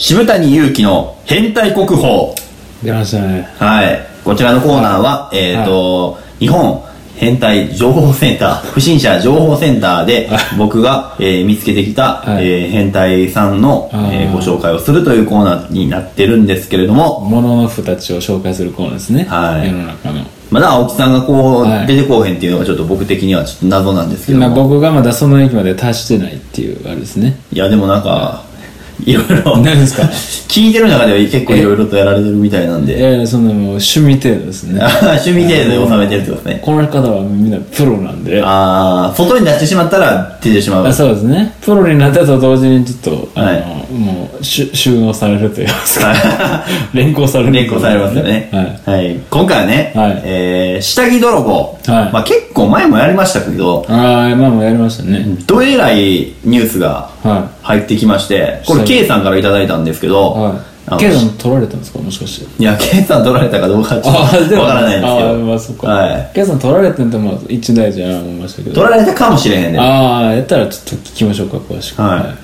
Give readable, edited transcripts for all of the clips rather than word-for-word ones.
渋谷勇気の変態国宝。 出ましたね。 はい。こちらのコーナーは、日本変態情報センター、不審者情報センターで僕が、見つけてきた、変態さんの、ご紹介をするというコーナーになってるんですけれども、 モノノフたちを紹介するコーナーですね。 はい。 世の中の。 まだ青木さんがこう、出てこうへんっていうのがちょっと僕的にはちょっと謎なんですけども、 僕がまだその域まで達してないっていうあれですね。 いやでもなんか、いろいろ何ですか聞いてる中では結構いろいろとやられてるみたいなんで。 いやいや、そんなもう趣味程度ですね。 趣味程度で収めてるってことですね。 この方はみんなプロなんで。 外に出してしまったら出てしまう。 そうですね。プロになったと同時にちょっと、もう収納されると言いますか。連行される。 連行されますよね。はい。今回はね、下着泥棒。まあ結構前もやりましたけど。 前もやりましたね。 どえらいニュースが入ってきまして、これ K さんからいただいたんですけど、 K さん取られたんですか、もしかして。 いや、K さん取られたかどうかちょっとわからないんですけど。 まあそっか。K さん取られてんって一大事やな思いましたけど。 取られたかもしれへんね。 やったらちょっと聞きましょうか、詳しく。 はい。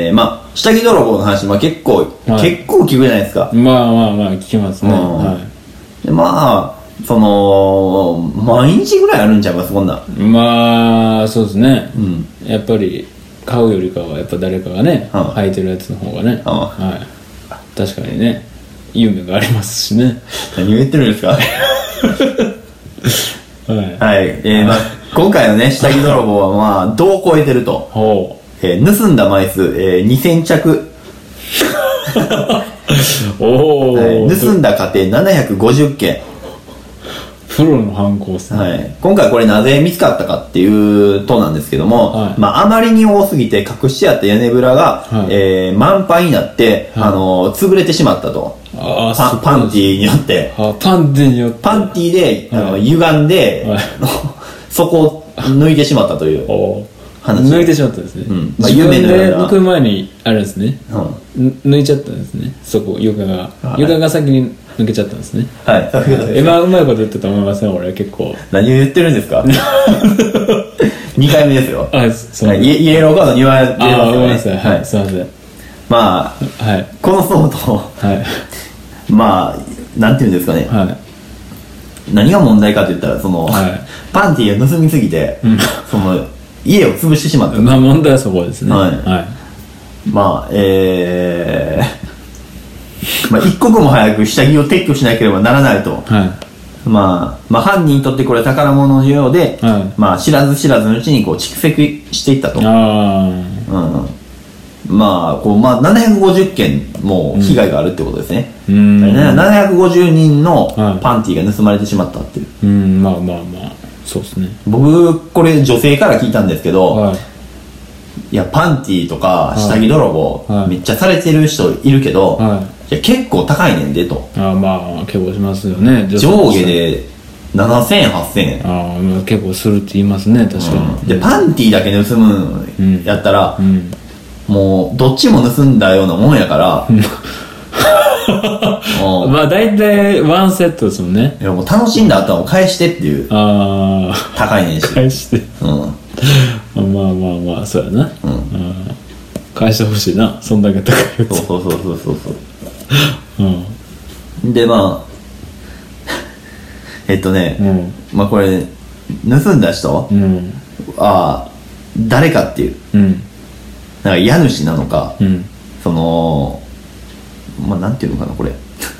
まあ下着泥棒の話、結構聞くじゃないですか。 まあ聞きますね。はい。 で毎日ぐらいあるんちゃいます、こんなん。 まあそうですね。やっぱり買うよりかはやっぱ誰かがね、履いてるやつの方がね、確かにね、夢がありますしね。 何を言ってるんですか。はい。今回のね、下着泥棒は度を超えてると。盗んだ枚数、2000着。盗んだ家庭750件。 プロの犯行ですね。 今回これなぜ見つかったかっていうとなんですけども、あまりに多すぎて隠してあった屋根裏が、満杯になって、潰れてしまったと。パンティーによって。 パンティーで、歪んで、そこを抜いてしまったという話。 抜いてしまったんですね。自分で抜く前にあれですね、抜いちゃったんですね、そこ。床が先に抜けちゃったんですね。 はい。 今うまいこと言ってたと思いますね、俺結構。 何を言ってるんですか。2回目ですよ。イエローカード2枚出てますよね。 はい、すいません。 この騒動、なんていうんですかね、何が問題かって言ったら、パンティーが盗みすぎて、家を潰してしまった。 問題はそこですね。 一刻も早く下着を撤去しなければならないと。犯人にとってこれ宝物のようで、知らず知らずのうちに蓄積していったと。750件も被害があるってことですね。750人のパンティーが盗まれてしまったっていう。 そうですね。 僕これ女性から聞いたんですけど、いやパンティーとか下着泥棒めっちゃされてる人いるけど、いや結構高いねんでと。 結構しますよね。 上下で7000円8000円。 結構するって言いますね、確かに。 でパンティーだけ盗むやったら、もうどっちも盗んだようなもんやから。 大体ワンセットですもんね。 いやもう楽しんだ後はもう返してっていう。高いねんし。 返して。そうやな。返してほしいな、そんだけ高いやつ。 そう。でこれ盗んだ人、誰かっていう、なんか家主なのか、なんていうのかなこれ。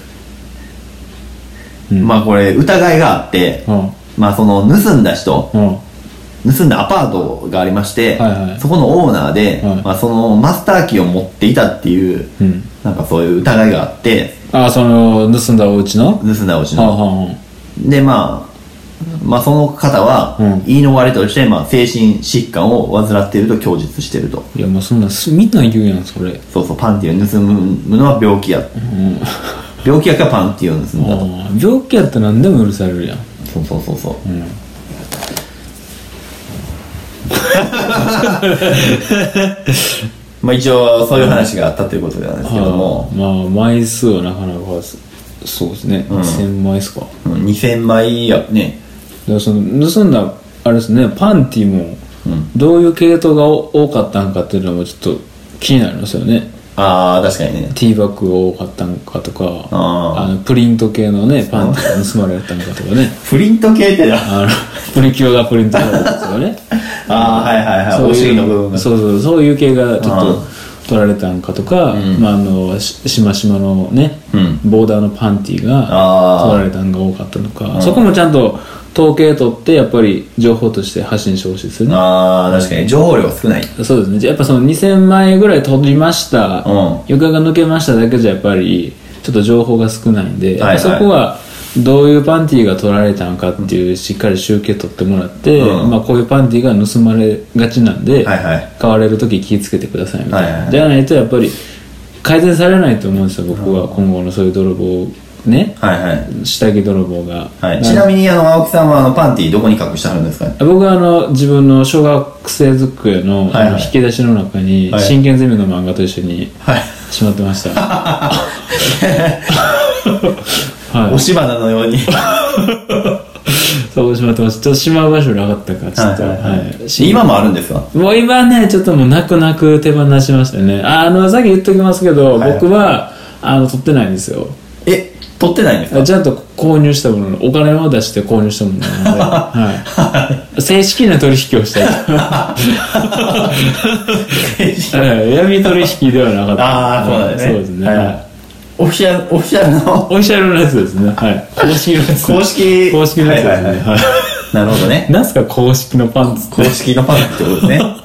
これ疑いがあって、盗んだ人、盗んだアパートがありまして、そこのオーナーで、そのマスターキーを持っていたっていう、なんかそういう疑いがあって、 その盗んだお家のでその方は言い逃れとして精神疾患を患っていると供述していると。 いやそんなみんな言うやんそれ。 そうパンティーを盗むのは病気や、病気やからパンティーを盗んだと。 病気やったら何でも許されるやん。 そう一応そういう話があったということなんですけども、 枚数はなかなかそうですね、2000枚ですか。 2000枚やね。 だからその盗んだあれですね、パンティもどういう系統が多かったんかっていうのもちょっと気になりますよね。 ああ、確かにね。 ティーバッグが多かったのかとか、プリント系のねパンティが盗まれたのかとかね。 プリント系ってな、 プリキュアがプリントされたんですよね。 ああ、はいはいはい、お尻の部分が、 そういう系がちょっと取られたんかとか、しましまのね、ボーダーのパンティが取られたんが多かったのか、そこもちゃんと統計取ってやっぱり情報として発信してほしいですよね。 ああ、確かに情報量少ない。 そうですね。やっぱその2000万円ぐらい取りました、床が抜けましただけじゃやっぱりちょっと情報が少ないんで、そこはどういうパンティが取られたのかっていうしっかり集計取ってもらって、こういうパンティが盗まれがちなんで、買われる時気をつけてくださいみたいな、じゃないとやっぱり改善されないと思うんですよ、僕は。今後のそういう泥棒ね、下着泥棒が、 ちなみに青木さんはパンティどこに隠してあるんですかね。 僕は自分の小学生机の引き出しの中に真剣ゼミの漫画と一緒にしまってました。 押し花のようにそうしまってました。ちょっとしまう場所なかったからちょっと、 今もあるんですか。 もう今ねちょっともう泣く泣く手放しましたね。さっき言っときますけど、僕は取ってないんですよ。 取ってないんですか。 ちゃんと購入したもの、お金を出して購入したものなので、正式な取引をしたい。闇取引ではなかった。 ああ、そうなんですね。 そうですね。 オフィシャルのやつですね。 公式のやつ。 公式のやつですね。 なるほどね。 なんすか公式のパンツ。 公式のパンツってことですね。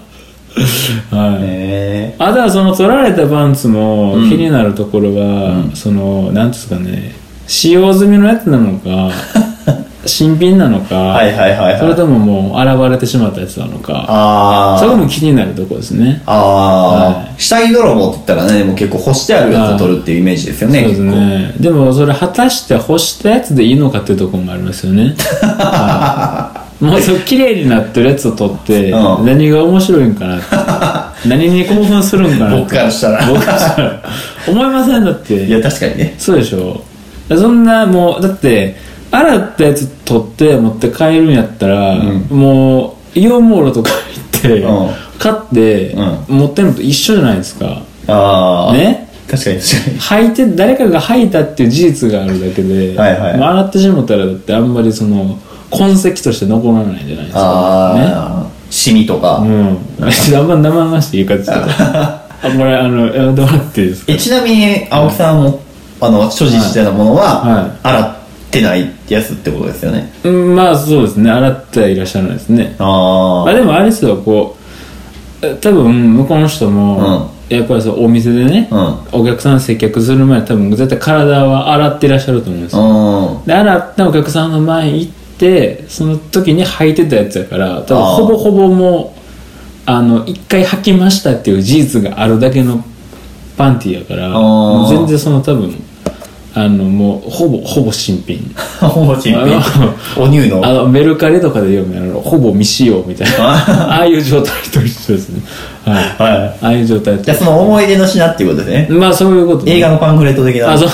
だからその取られたパンツも気になるところは、なんですかね、使用済みのやつなのか新品なのか、それとももう洗われてしまったやつなのか、それも気になるところですね。 下着泥棒って言ったらね、もう結構干してあるやつを取るっていうイメージですよね。 そうですね。でもそれ果たして干したやつでいいのかっていうところもありますよね。もう綺麗になってるやつを取って何が面白いんかなって、何に興奮するんかなって僕からしたら思いません。だって、 いや確かにね。 そうでしょ。そんなもうだって洗ったやつ取って持って帰るんやったら、もうイオンモールとか行って買って持ってるのと一緒じゃないですか。ね、 確かに履いて誰かが履いたっていう事実があるだけで、洗ってしまったらだってあんまりその痕跡として残らないじゃないですかね。 シミとか、 あんま生々しい言い方ですけどこれやめてもらっていいですか。 ちなみに青木さんも所持してたものは洗ってないやつってことですよね。 まあそうですね、洗ってはいらっしゃらないですね。でもあれですよ、こう多分向こうの人も、やっぱりお店でね、お客さん接客する前に多分絶対体は洗ってらっしゃると思うんですよ。で洗ったお客さんの前に行ってその時に履いてたやつやから、多分ほぼほぼもう一回履きましたっていう事実があるだけのパンティやから、全然その多分もうほぼ新品ほぼ新品おニューのメルカリとかで読むほぼ未使用みたいなああいう状態と一緒ですね。ああいう状態。 じゃあその思い出の品っていうことですね。 まあそういうこと、 映画のパンフレット的な。 そう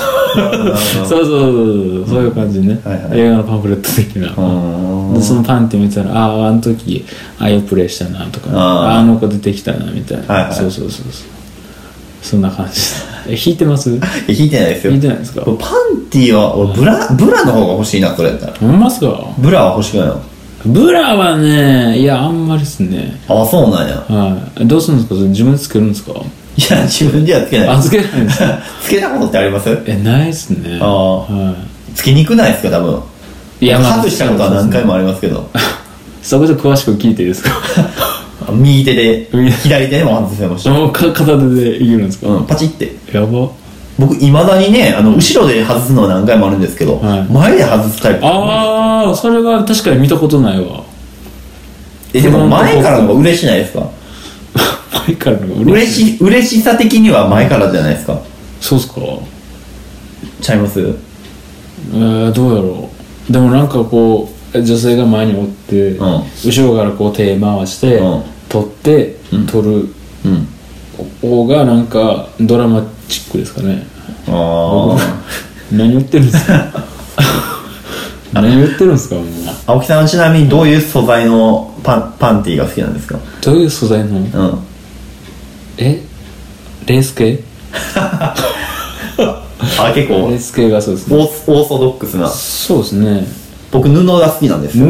いう感じね。映画のパンフレット的な。でそのパンって見たら、あの時ああいうプレイしたなとか、あの子出てきたなみたいな。そうそんな感じです。引いてます？ 引いてないですよ。 引いてないですか？ パンティは俺ブラの方が欲しいな、それやったら。 ほんますか？ ブラは欲しくないの？ ブラはね、いやあんまりっすね。 そうなんや。 どうするんですか？自分でつけるんですか？ いや自分ではつけない。 つけないんですか？ つけたことってあります？ ないっすね。 つけにくないですか？多分。いや外したことは何回もありますけど。 そこで詳しく聞いていいですか？ 右手で左手でも外せました。 片手でいけるんですか？ パチってやば。 僕いまだにね後ろで外すのは何回もあるんですけど、前で外すタイプ。 それは確かに見たことないわ。 でも前からの方が嬉しないですか？ 前からの方が嬉しさ的には前からじゃないですか。 そうっすか？ ちゃいます？ どうやろう。でもなんかこう女性が前におって、後ろからこう手回して、取って取る方がなんかドラマチックですかね。何言ってるんですか？何言ってるんですか？ 青木さんはちなみにどういう素材のパンティーが好きなんですか？ どういう素材の？レース系？ あ、結構振り付けがそうですね、 オーソドックスな。 そうですね。 僕布が好きなんですよ。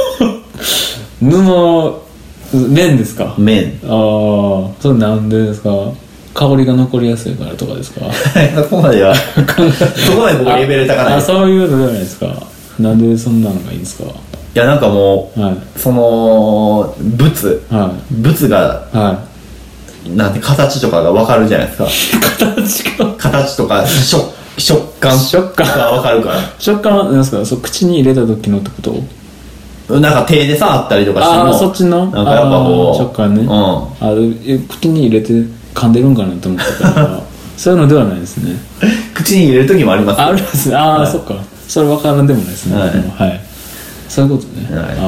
麺ですか？ 麺。 ああ、それなんでですか？香りが残りやすいからとかですか？ そこまではそこまで僕レベル高ない。 そういうのじゃないですか。なんでそんなのがいいんですか？ いや、なんかもう、その物が、なんて形とかが分かるじゃないですか。形とか食感が分かるから。 食感は何ですか？そう、口に入れた時のってこと？ なんか手で触ったりとかしても、 そっちのなんかやっぱこう食感ね、口に入れて噛んでるんかなと思ってたからそういうのではないですね。 口に入れる時もありますね。 ありますね。そっか、それ分からんでもないですね。そういうことね。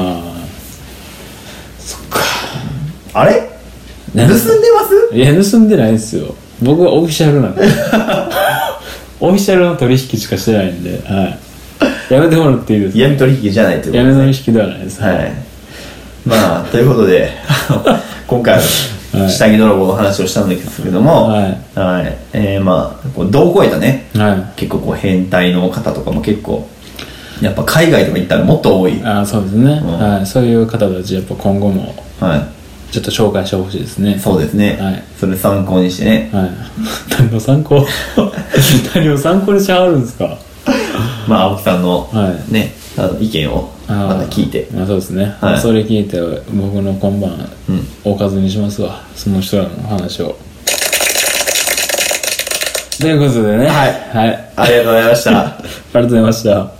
そっか。 あれ盗んでます？ いや、盗んでないですよ。僕はオフィシャルなんでオフィシャルの取引しかしてないんで、やめてもらっていいですか？闇取引じゃないということですね。闇取引ではないです。 まあということで今回は下着泥棒の話をしたんですけども、まあ度を超えたね、結構こう変態の方とかも結構やっぱ海外とか行ったらもっと多い。 そうですね、そういう方たちやっぱ今後もちょっと紹介してほしいですね。 そうですね、それ参考にしてね。 何を参考何を参考にしはるんですか？ まあ青木さんのね、意見をまた聞いて、 そうですね、それ聞いて僕の今晩おかずにしますわ、その人らの話を。ということでね、 ありがとうございました。 ありがとうございました。